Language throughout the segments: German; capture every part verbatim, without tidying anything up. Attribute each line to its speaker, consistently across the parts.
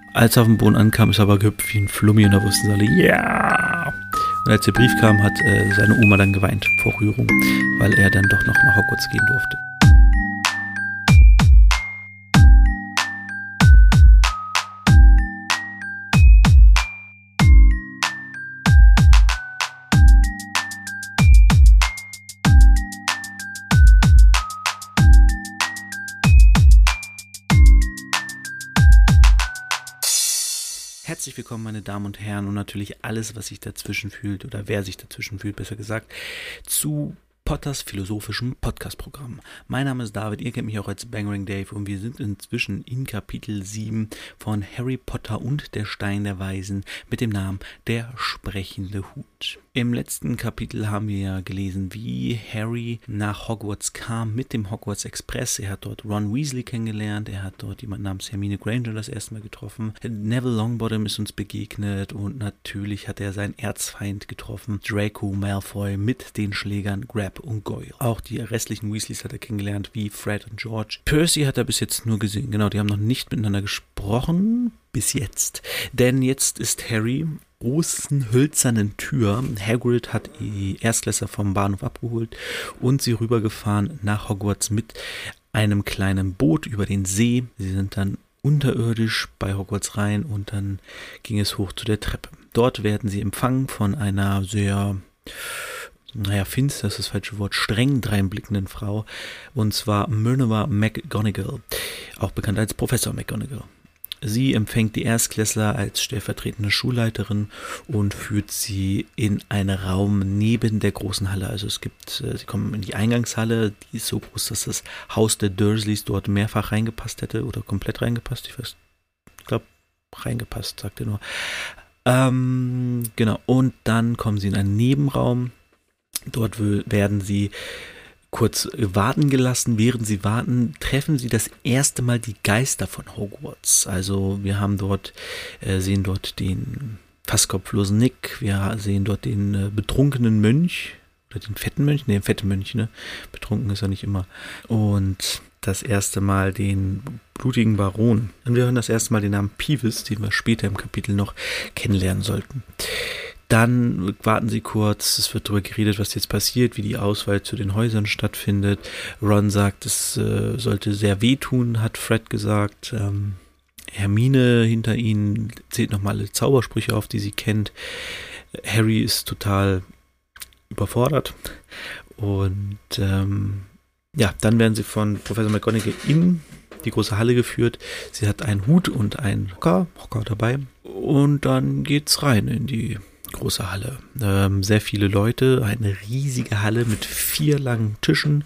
Speaker 1: Als er auf dem Boden ankam, ist er aber gehüpft wie ein Flummi und da wussten sie alle, ja! Yeah! Und als der Brief kam, hat äh, seine Oma dann geweint vor Rührung, weil er dann doch noch nach Hogwarts gehen durfte. Herzlich willkommen, meine Damen und Herren, und natürlich alles, was sich dazwischen fühlt, oder wer sich dazwischen fühlt, besser gesagt, zu Potters philosophischem Podcast-Programm. Mein Name ist David, ihr kennt mich auch als Bangering Dave, und wir sind inzwischen in Kapitel sieben von Harry Potter und der Stein der Weisen mit dem Namen Der sprechende Hut. Im letzten Kapitel haben wir ja gelesen, wie Harry nach Hogwarts kam mit dem Hogwarts Express. Er hat dort Ron Weasley kennengelernt, er hat dort jemanden namens Hermine Granger das erste Mal getroffen. Neville Longbottom ist uns begegnet und natürlich hat er seinen Erzfeind getroffen, Draco Malfoy mit den Schlägern Grab und Goyle. Auch die restlichen Weasleys hat er kennengelernt, wie Fred und George. Percy hat er bis jetzt nur gesehen, genau, die haben noch nicht miteinander gesprochen, bis jetzt. Denn jetzt ist Harry großen hölzernen Tür. Hagrid hat die Erstklässler vom Bahnhof abgeholt und sie rübergefahren nach Hogwarts mit einem kleinen Boot über den See. Sie sind dann unterirdisch bei Hogwarts rein und dann ging es hoch zu der Treppe. Dort werden sie empfangen von einer sehr, naja, finster ist das falsche Wort, streng dreinblickenden Frau, und zwar Minerva McGonagall, auch bekannt als Professor McGonagall. Sie empfängt die Erstklässler als stellvertretende Schulleiterin und führt sie in einen Raum neben der großen Halle. Also es gibt, sie kommen in die Eingangshalle, die ist so groß, dass das Haus der Dursleys dort mehrfach reingepasst hätte oder komplett reingepasst. Ich weiß, ich glaube, reingepasst, sagt er nur. Ähm, genau, und dann kommen sie in einen Nebenraum. Dort werden sie kurz warten gelassen. Während sie warten, treffen sie das erste Mal die Geister von Hogwarts. Also wir haben dort, äh, sehen dort den fast kopflosen Nick, wir sehen dort den äh, betrunkenen Mönch, oder den fetten Mönch, ne, den fetten Mönch, ne, betrunken ist er nicht immer. Und das erste Mal den blutigen Baron. Und wir hören das erste Mal den Namen Peeves, den wir später im Kapitel noch kennenlernen sollten. Dann warten sie kurz, es wird darüber geredet, was jetzt passiert, wie die Auswahl zu den Häusern stattfindet. Ron sagt, es äh, sollte sehr wehtun, hat Fred gesagt. Ähm, Hermine hinter ihnen zählt nochmal alle Zaubersprüche auf, die sie kennt. Harry ist total überfordert. Und ähm, ja, dann werden sie von Professor McGonagall in die große Halle geführt. Sie hat einen Hut und einen Hocker, Hocker dabei. Und dann geht's rein in die große Halle. Ähm, sehr viele Leute, eine riesige Halle mit vier langen Tischen.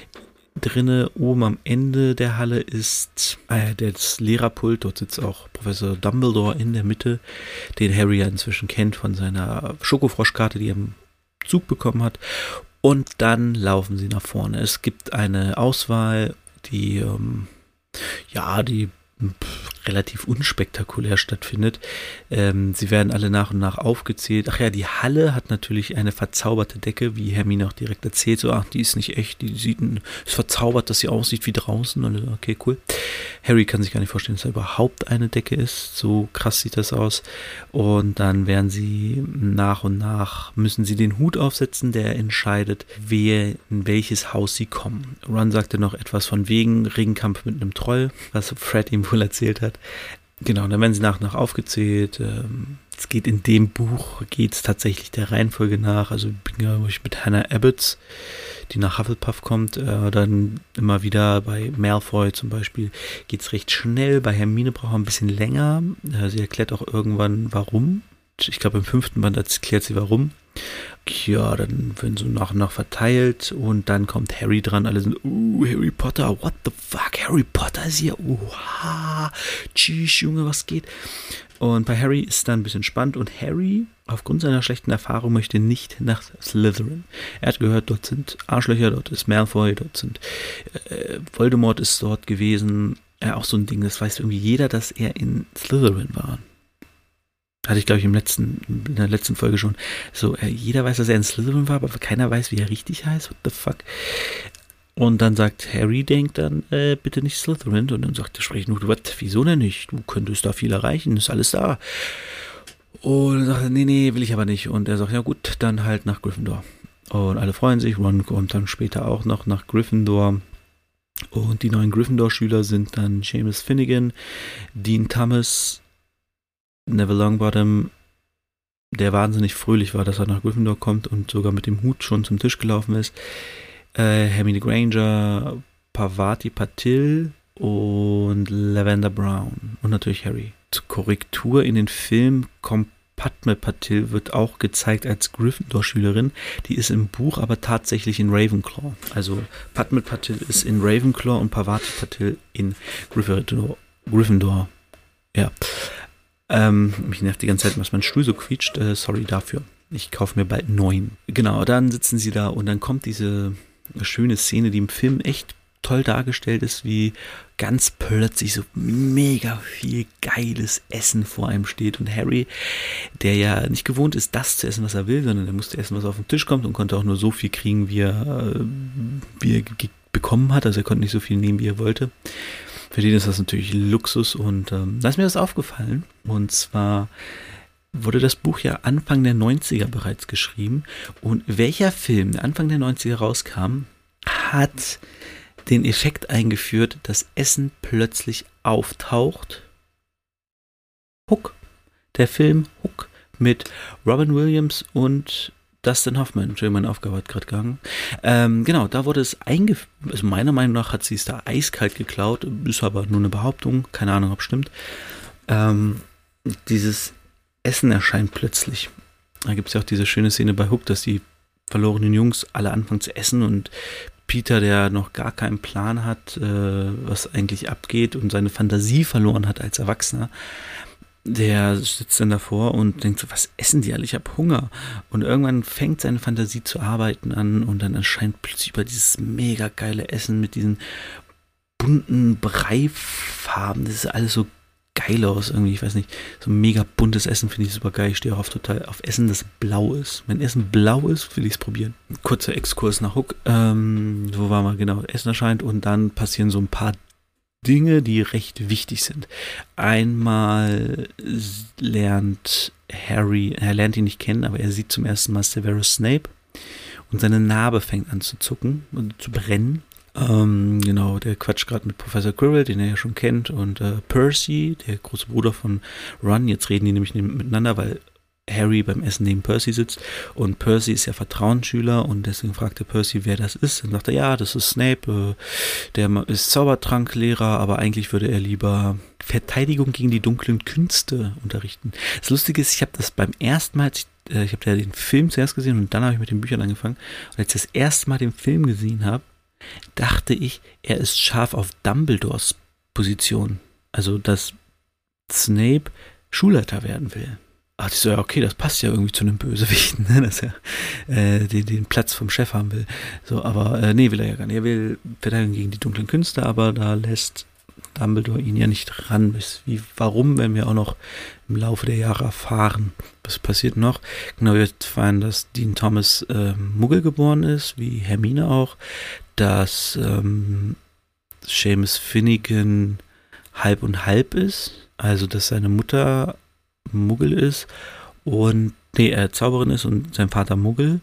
Speaker 1: Drinne, oben am Ende der Halle ist äh, das Lehrerpult. Dort sitzt auch Professor Dumbledore in der Mitte, den Harry ja inzwischen kennt von seiner Schokofroschkarte, die er im Zug bekommen hat. Und dann laufen sie nach vorne. Es gibt eine Auswahl, die ähm, ja, die relativ unspektakulär stattfindet. Ähm, sie werden alle nach und nach aufgezählt. Ach ja, die Halle hat natürlich eine verzauberte Decke, wie Hermine auch direkt erzählt. So, ach, die ist nicht echt, die sieht, ein, ist verzaubert, dass sie aussieht wie draußen. Und okay, cool. Harry kann sich gar nicht vorstellen, dass da überhaupt eine Decke ist. So krass sieht das aus. Und dann werden sie nach und nach, müssen sie den Hut aufsetzen, der entscheidet, wer in welches Haus sie kommen. Ron sagte noch etwas von wegen Ringkampf mit einem Troll, was Fred ihm wohl erzählt hat. Genau, dann werden sie nach und nach aufgezählt. Es geht in dem Buch, geht es tatsächlich der Reihenfolge nach. Also ich mit Hannah Abbots, die nach Hufflepuff kommt. Dann immer wieder bei Malfoy zum Beispiel geht es recht schnell. Bei Hermine braucht er ein bisschen länger. Sie erklärt auch irgendwann, warum. Ich glaube, im fünften Band erklärt sie, warum. Ja, dann werden so nach und nach verteilt und dann kommt Harry dran. Alle sind, uh, Harry Potter, what the fuck, Harry Potter ist hier, uha, tschüss, Junge, was geht? Und bei Harry ist dann ein bisschen spannend und Harry, aufgrund seiner schlechten Erfahrung, möchte nicht nach Slytherin. Er hat gehört, dort sind Arschlöcher, dort ist Malfoy, dort sind, äh, Voldemort ist dort gewesen. Ja, auch so ein Ding, das weiß irgendwie jeder, dass er in Slytherin war. Hatte ich, glaube ich, im letzten, in der letzten Folge schon. So, äh, jeder weiß, dass er in Slytherin war, aber keiner weiß, wie er richtig heißt. What the fuck? Und dann sagt Harry, denkt dann, äh, bitte nicht Slytherin. Und dann sagt der Sprechnuch, was, wieso denn nicht? Du könntest da viel erreichen, ist alles da. Und er sagt, nee, nee, will ich aber nicht. Und er sagt, ja gut, dann halt nach Gryffindor. Und alle freuen sich. Ron kommt dann später auch noch nach Gryffindor. Und die neuen Gryffindor-Schüler sind dann Seamus Finnegan, Dean Thomas, Neville Longbottom, der wahnsinnig fröhlich war, dass er nach Gryffindor kommt und sogar mit dem Hut schon zum Tisch gelaufen ist. Äh, Hermine Granger, Parvati Patil und Lavender Brown und natürlich Harry. Zur Korrektur in den Film kommt Padme Patil, wird auch gezeigt als Gryffindor-Schülerin. Die ist im Buch aber tatsächlich in Ravenclaw. Also Padme Patil ist in Ravenclaw und Parvati Patil in Gryffindor. Gryffindor. Ja. Ähm, mich nervt die ganze Zeit, was mein Stuhl so quietscht. Äh, sorry dafür. Ich kaufe mir bald neun. Genau, dann sitzen sie da und dann kommt diese schöne Szene, die im Film echt toll dargestellt ist, wie ganz plötzlich so mega viel geiles Essen vor einem steht und Harry, der ja nicht gewohnt ist, das zu essen, was er will, sondern er musste essen, was auf den Tisch kommt und konnte auch nur so viel kriegen, wie er, wie er ge- bekommen hat, also er konnte nicht so viel nehmen, wie er wollte. Für den ist das natürlich Luxus und ähm, da ist mir das aufgefallen und zwar wurde das Buch ja Anfang der neunziger bereits geschrieben und welcher Film, der Anfang der neunziger rauskam, hat den Effekt eingeführt, dass Essen plötzlich auftaucht. Hook. Der Film Hook mit Robin Williams und Dustin Hoffman. Entschuldigung, meine Aufgabe hat gerade gegangen. Ähm, genau, da wurde es eingeführt. Also meiner Meinung nach hat sie es da eiskalt geklaut. Ist aber nur eine Behauptung. Keine Ahnung, ob es stimmt. Ähm, dieses Essen erscheint plötzlich. Da gibt es ja auch diese schöne Szene bei Hook, dass die verlorenen Jungs alle anfangen zu essen und Peter, der noch gar keinen Plan hat, äh, was eigentlich abgeht und seine Fantasie verloren hat als Erwachsener, der sitzt dann davor und denkt so, was essen die alle? Ich habe Hunger. Und irgendwann fängt seine Fantasie zu arbeiten an und dann erscheint plötzlich über dieses mega geile Essen mit diesen bunten Breifarben. Das ist alles so geil aus irgendwie, ich weiß nicht, so ein mega buntes Essen finde ich super geil. Ich stehe auch auf total auf Essen, das blau ist. Wenn Essen blau ist, will ich es probieren. Kurzer Exkurs nach Hook, ähm, wo waren wir? Genau, Essen erscheint und dann passieren so ein paar Dinge, die recht wichtig sind. Einmal lernt Harry, er lernt ihn nicht kennen, aber er sieht zum ersten Mal Severus Snape und seine Narbe fängt an zu zucken und zu brennen. Ähm, genau, der quatscht gerade mit Professor Quirrell, den er ja schon kennt, und äh, Percy, der große Bruder von Ron. Jetzt reden die nämlich miteinander, weil Harry beim Essen neben Percy sitzt und Percy ist ja Vertrauensschüler und deswegen fragt er Percy, wer das ist. Dann sagt er, ja, das ist Snape, äh, der ist Zaubertranklehrer, aber eigentlich würde er lieber Verteidigung gegen die dunklen Künste unterrichten. Das Lustige ist, ich habe das beim ersten Mal, als ich, äh, ich habe ja den Film zuerst gesehen und dann habe ich mit den Büchern angefangen und als ich das erste Mal den Film gesehen habe, dachte ich, er ist scharf auf Dumbledores Position. Also, dass Snape Schulleiter werden will. Ach, ich so, ja, okay, das passt ja irgendwie zu einem Bösewichten, ne? Dass er äh, den, den Platz vom Chef haben will. So, aber äh, nee, will er ja gar nicht. Er will Verteidigung gegen die dunklen Künste, aber da lässt Dumbledore ihn ja nicht ran. Bis wie, warum, werden wir auch noch im Laufe der Jahre erfahren. Was passiert noch? Genau, wir erfahren, dass Dean Thomas äh, Muggel geboren ist, wie Hermine auch. Dass ähm, Seamus Finnegan halb und halb ist. Also, dass seine Mutter Muggel ist und nee, er Zauberin ist und sein Vater Muggel.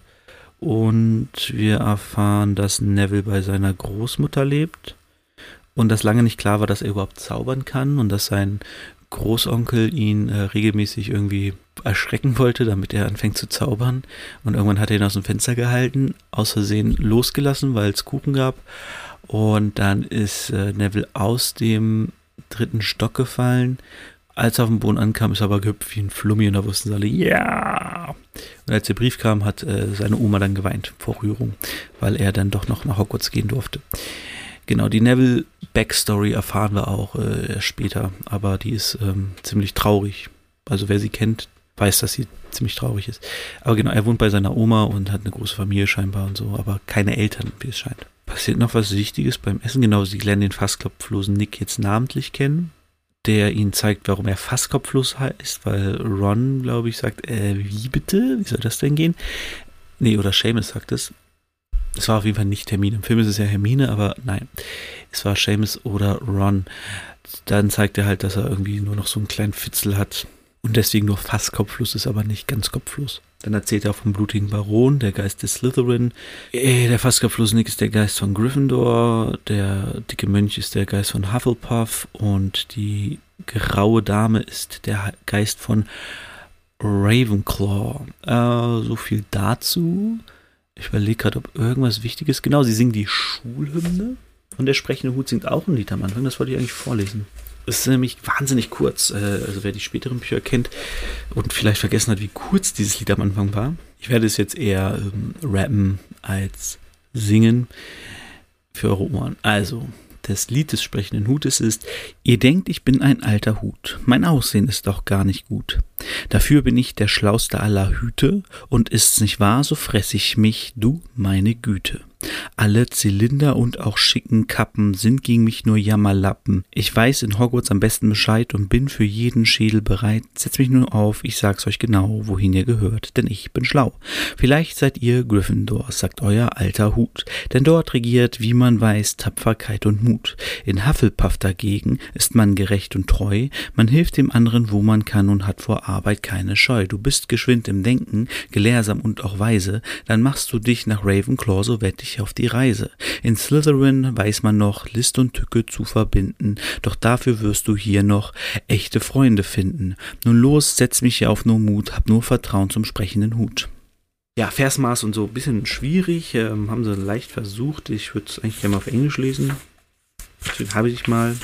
Speaker 1: Und wir erfahren, dass Neville bei seiner Großmutter lebt und dass lange nicht klar war, dass er überhaupt zaubern kann und dass sein Großonkel ihn äh, regelmäßig irgendwie erschrecken wollte, damit er anfängt zu zaubern. Und irgendwann hat er ihn aus dem Fenster gehalten, aus Versehen losgelassen, weil es Kuchen gab. Und dann ist äh, Neville aus dem dritten Stock gefallen. Als er auf dem Boden ankam, ist er aber gehüpft wie ein Flummi und da wussten sie alle, ja. Und als der Brief kam, hat äh, seine Oma dann geweint vor Rührung, weil er dann doch noch nach Hogwarts gehen durfte. Genau, die Neville-Backstory erfahren wir auch äh, erst später, aber die ist ähm, ziemlich traurig. Also wer sie kennt, weiß, dass sie ziemlich traurig ist. Aber genau, er wohnt bei seiner Oma und hat eine große Familie scheinbar und so, aber keine Eltern, wie es scheint. Passiert noch was Wichtiges beim Essen. Genau, sie lernen den fasskopflosen Nick jetzt namentlich kennen, der ihnen zeigt, warum er fasskopflos heißt, weil Ron, glaube ich, sagt, äh, wie bitte? Wie soll das denn gehen? Nee, oder Seamus sagt es. Es war auf jeden Fall nicht Hermine. Im Film ist es ja Hermine, aber nein. Es war Seamus oder Ron. Dann zeigt er halt, dass er irgendwie nur noch so einen kleinen Fitzel hat und deswegen nur fast kopflos ist, aber nicht ganz kopflos. Dann erzählt er auch vom blutigen Baron, der Geist des Slytherin. Der fast kopflose Nick ist der Geist von Gryffindor. Der dicke Mönch ist der Geist von Hufflepuff. Und die graue Dame ist der Geist von Ravenclaw. Äh, so viel dazu. Ich überlege gerade, ob irgendwas Wichtiges. Genau, sie singen die Schulhymne. Und der sprechende Hut singt auch ein Lied am Anfang. Das wollte ich eigentlich vorlesen. Es ist nämlich wahnsinnig kurz. Also wer die späteren Bücher kennt und vielleicht vergessen hat, wie kurz dieses Lied am Anfang war. Ich werde es jetzt eher ähm, rappen als singen für eure Ohren. Also, das Lied des sprechenden Hutes ist: Ihr denkt, ich bin ein alter Hut. Mein Aussehen ist doch gar nicht gut. Dafür bin ich der schlauste aller Hüte. Und ist's nicht wahr, so fress ich mich, du meine Güte. Alle Zylinder und auch schicken Kappen sind gegen mich nur Jammerlappen. Ich weiß in Hogwarts am besten Bescheid und bin für jeden Schädel bereit. Setzt mich nur auf, ich sag's euch genau, wohin ihr gehört, denn ich bin schlau. Vielleicht seid ihr Gryffindor, sagt euer alter Hut, denn dort regiert, wie man weiß, Tapferkeit und Mut. In Hufflepuff dagegen ist man gerecht und treu, man hilft dem anderen, wo man kann und hat vor Arbeit keine Scheu. Du bist geschwind im Denken, gelehrsam und auch weise, dann machst du dich nach Ravenclaw, so werd ich auf die Reise. In Slytherin weiß man noch, List und Tücke zu verbinden, doch dafür wirst du hier noch echte Freunde finden. Nun los, setz mich auf nur Mut, hab nur Vertrauen zum sprechenden Hut. Ja, Versmaß und so ein bisschen schwierig, ähm, haben sie leicht versucht. Ich würde es eigentlich gerne mal auf Englisch lesen. Deswegen habe ich mal.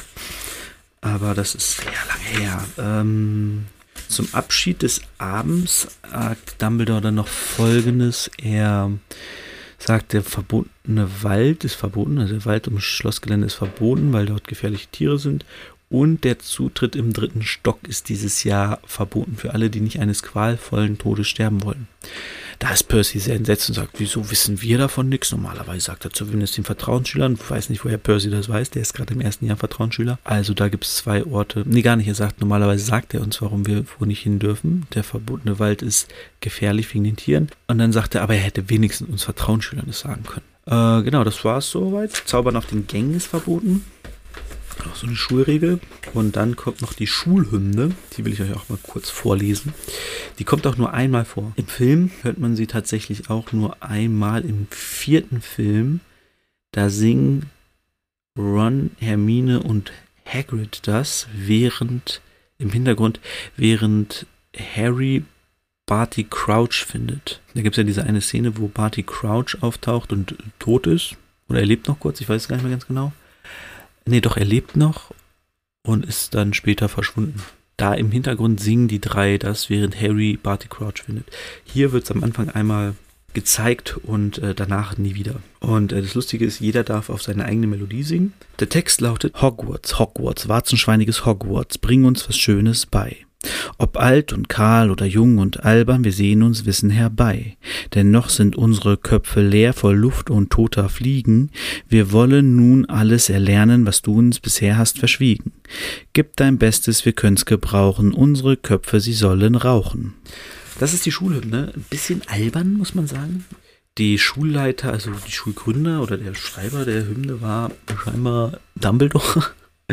Speaker 1: Aber das ist sehr lange her. Ähm, zum Abschied des Abends sagt Dumbledore dann noch Folgendes. Er sagt, der verbotene Wald ist verboten, also der Wald ums Schlossgelände ist verboten, weil dort gefährliche Tiere sind. Und der Zutritt im dritten Stock ist dieses Jahr verboten für alle, die nicht eines qualvollen Todes sterben wollen. Da ist Percy sehr entsetzt und sagt, wieso wissen wir davon nichts? Normalerweise sagt er zumindest den Vertrauensschülern. Ich weiß nicht, woher Percy das weiß. Der ist gerade im ersten Jahr Vertrauensschüler. Also da gibt es zwei Orte. Nee, gar nicht. Er sagt, normalerweise sagt er uns, warum wir wo nicht hin dürfen. Der verbotene Wald ist gefährlich wegen den Tieren. Und dann sagt er, aber er hätte wenigstens uns Vertrauensschülern das sagen können. Äh, genau, das war es soweit. Zaubern auf den Gängen ist verboten. Auch so eine Schulregel. Und dann kommt noch die Schulhymne. Die will ich euch auch mal kurz vorlesen. Die kommt auch nur einmal vor. Im Film hört man sie tatsächlich auch nur einmal. Im vierten Film, da singen Ron, Hermine und Hagrid das, während im Hintergrund, während Harry Barty Crouch findet. Da gibt es ja diese eine Szene, wo Barty Crouch auftaucht und tot ist. Oder er lebt noch kurz, ich weiß es gar nicht mehr ganz genau. Nee, doch, er lebt noch und ist dann später verschwunden. Da im Hintergrund singen die drei das, während Harry Barty Crouch findet. Hier wird es am Anfang einmal gezeigt und äh, danach nie wieder. Und äh, das Lustige ist, jeder darf auf seine eigene Melodie singen. Der Text lautet: Hogwarts, Hogwarts, warzenschweiniges Hogwarts, bring uns was Schönes bei. Ob alt und kahl oder jung und albern, wir sehen uns Wissen herbei. Denn noch sind unsere Köpfe leer vor Luft und toter Fliegen. Wir wollen nun alles erlernen, was du uns bisher hast verschwiegen. Gib dein Bestes, wir können's gebrauchen, unsere Köpfe, sie sollen rauchen. Das ist die Schulhymne. Ein bisschen albern, muss man sagen. Die Schulleiter, also die Schulgründer oder der Schreiber der Hymne war scheinbar Dumbledore.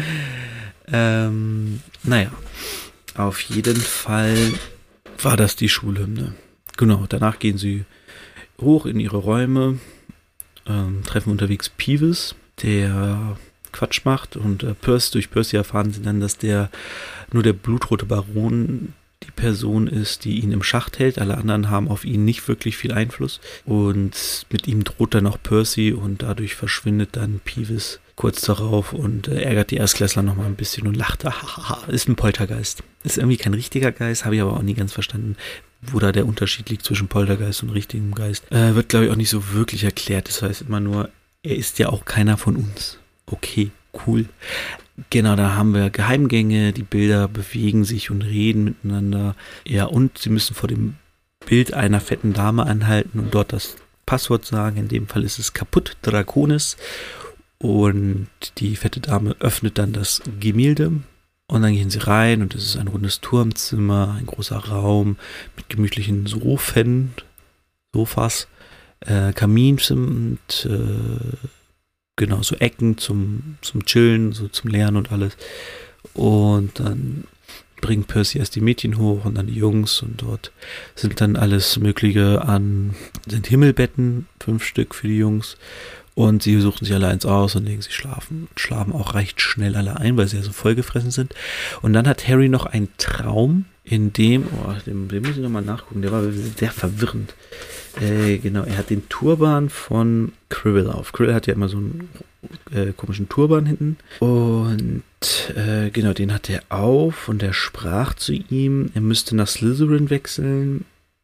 Speaker 1: ähm, naja. Auf jeden Fall war das die Schulhymne. Genau, danach gehen sie hoch in ihre Räume, ähm, treffen unterwegs Peeves, der Quatsch macht, und äh, Percy, durch Percy erfahren sie dann, dass der nur der blutrote Baron die Person ist, die ihn im Schacht hält. Alle anderen haben auf ihn nicht wirklich viel Einfluss. Und mit ihm droht dann auch Percy und dadurch verschwindet dann Peeves kurz darauf und äh, ärgert die Erstklässler nochmal ein bisschen und lacht. Hahaha, ist ein Poltergeist. Ist irgendwie kein richtiger Geist, habe ich aber auch nie ganz verstanden, wo da der Unterschied liegt zwischen Poltergeist und richtigem Geist. Äh, wird, glaube ich, auch nicht so wirklich erklärt. Das heißt immer nur, er ist ja auch keiner von uns. Okay, cool. Genau, da haben wir Geheimgänge, die Bilder bewegen sich und reden miteinander. Ja, und sie müssen vor dem Bild einer fetten Dame anhalten und dort das Passwort sagen. In dem Fall ist es kaputt, Draconis. Und die fette Dame öffnet dann das Gemälde. Und dann gehen sie rein und es ist ein rundes Turmzimmer, ein großer Raum mit gemütlichen Sofen, Sofas. äh, Kamin und äh, genau, so Ecken zum, zum Chillen, so zum Lernen und alles. Und dann bringt Percy erst die Mädchen hoch und dann die Jungs und dort sind dann alles Mögliche an, sind Himmelbetten, fünf Stück für die Jungs. Und sie suchen sich alle eins aus und legen sich schlafen. Schlafen auch recht schnell alle ein, weil sie ja so vollgefressen sind. Und dann hat Harry noch einen Traum, in dem, oh, den, den muss ich nochmal nachgucken, der war sehr verwirrend. Äh, genau, er hat den Turban von Quirrell auf. Quirrell hat ja immer so einen äh, komischen Turban hinten. Und äh, genau, den hat er auf und er sprach zu ihm, er müsste nach Slytherin wechseln.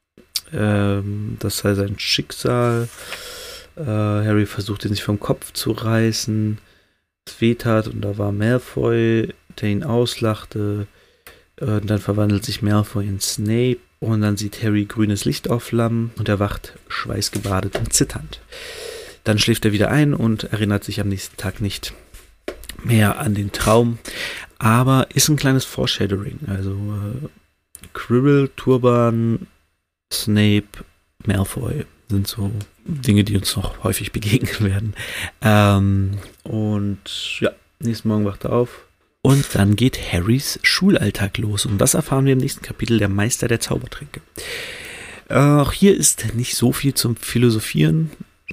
Speaker 1: Ähm, das sei sein Schicksal. Uh, Harry versuchte sich vom Kopf zu reißen, es wehtat und da war Malfoy, der ihn auslachte. Uh, und dann verwandelt sich Malfoy in Snape und dann sieht Harry grünes Licht aufflammen und er wacht schweißgebadet und zitternd. Dann schläft er wieder ein und erinnert sich am nächsten Tag nicht mehr an den Traum, aber ist ein kleines Foreshadowing, also uh, Quirrell, Turban, Snape, Malfoy sind so Dinge, die uns noch häufig begegnen werden. Ähm, und ja, nächsten Morgen wacht er auf. Und dann geht Harrys Schulalltag los. Und das erfahren wir im nächsten Kapitel, der Meister der Zaubertränke. Äh, auch hier ist nicht so viel zum Philosophieren.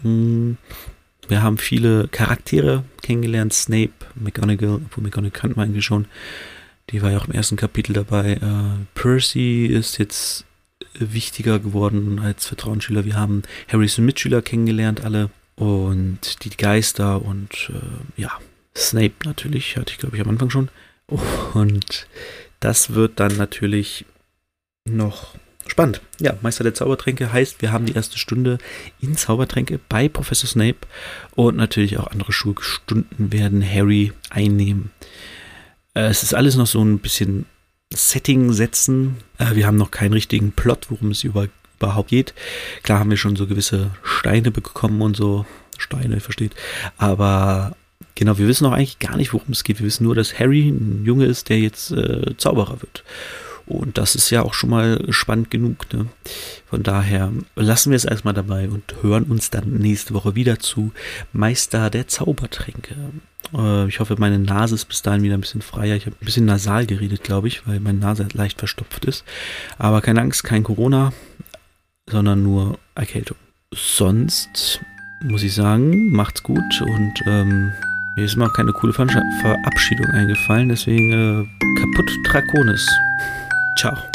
Speaker 1: Wir haben viele Charaktere kennengelernt. Snape, McGonagall, obwohl McGonagall kannten wir eigentlich schon. Die war ja auch im ersten Kapitel dabei. Äh, Percy ist jetzt wichtiger geworden als Vertrauensschüler. Wir haben Harrys Mitschüler kennengelernt, alle. Und die Geister und äh, ja, Snape natürlich, hatte ich glaube ich am Anfang schon. Und das wird dann natürlich noch spannend. Ja, Meister der Zaubertränke heißt, wir haben die erste Stunde in Zaubertränke bei Professor Snape und natürlich auch andere Schulstunden werden Harry einnehmen. Äh, es ist alles noch so ein bisschen Setting setzen. Äh, wir haben noch keinen richtigen Plot, worum es über, überhaupt geht. Klar haben wir schon so gewisse Steine bekommen und so. Steine, versteht. Aber genau, wir wissen auch eigentlich gar nicht, worum es geht. Wir wissen nur, dass Harry ein Junge ist, der jetzt äh, Zauberer wird. Und das ist ja auch schon mal spannend genug. Ne? Von daher lassen wir es erstmal dabei und hören uns dann nächste Woche wieder zu Meister der Zaubertränke. Äh, ich hoffe, meine Nase ist bis dahin wieder ein bisschen freier. Ich habe ein bisschen nasal geredet, glaube ich, weil meine Nase leicht verstopft ist. Aber keine Angst, kein Corona, sondern nur Erkältung. Sonst muss ich sagen, macht's gut und ähm, mir ist mal keine coole Verabschiedung eingefallen, deswegen äh, kaputt Draconis. Ciao.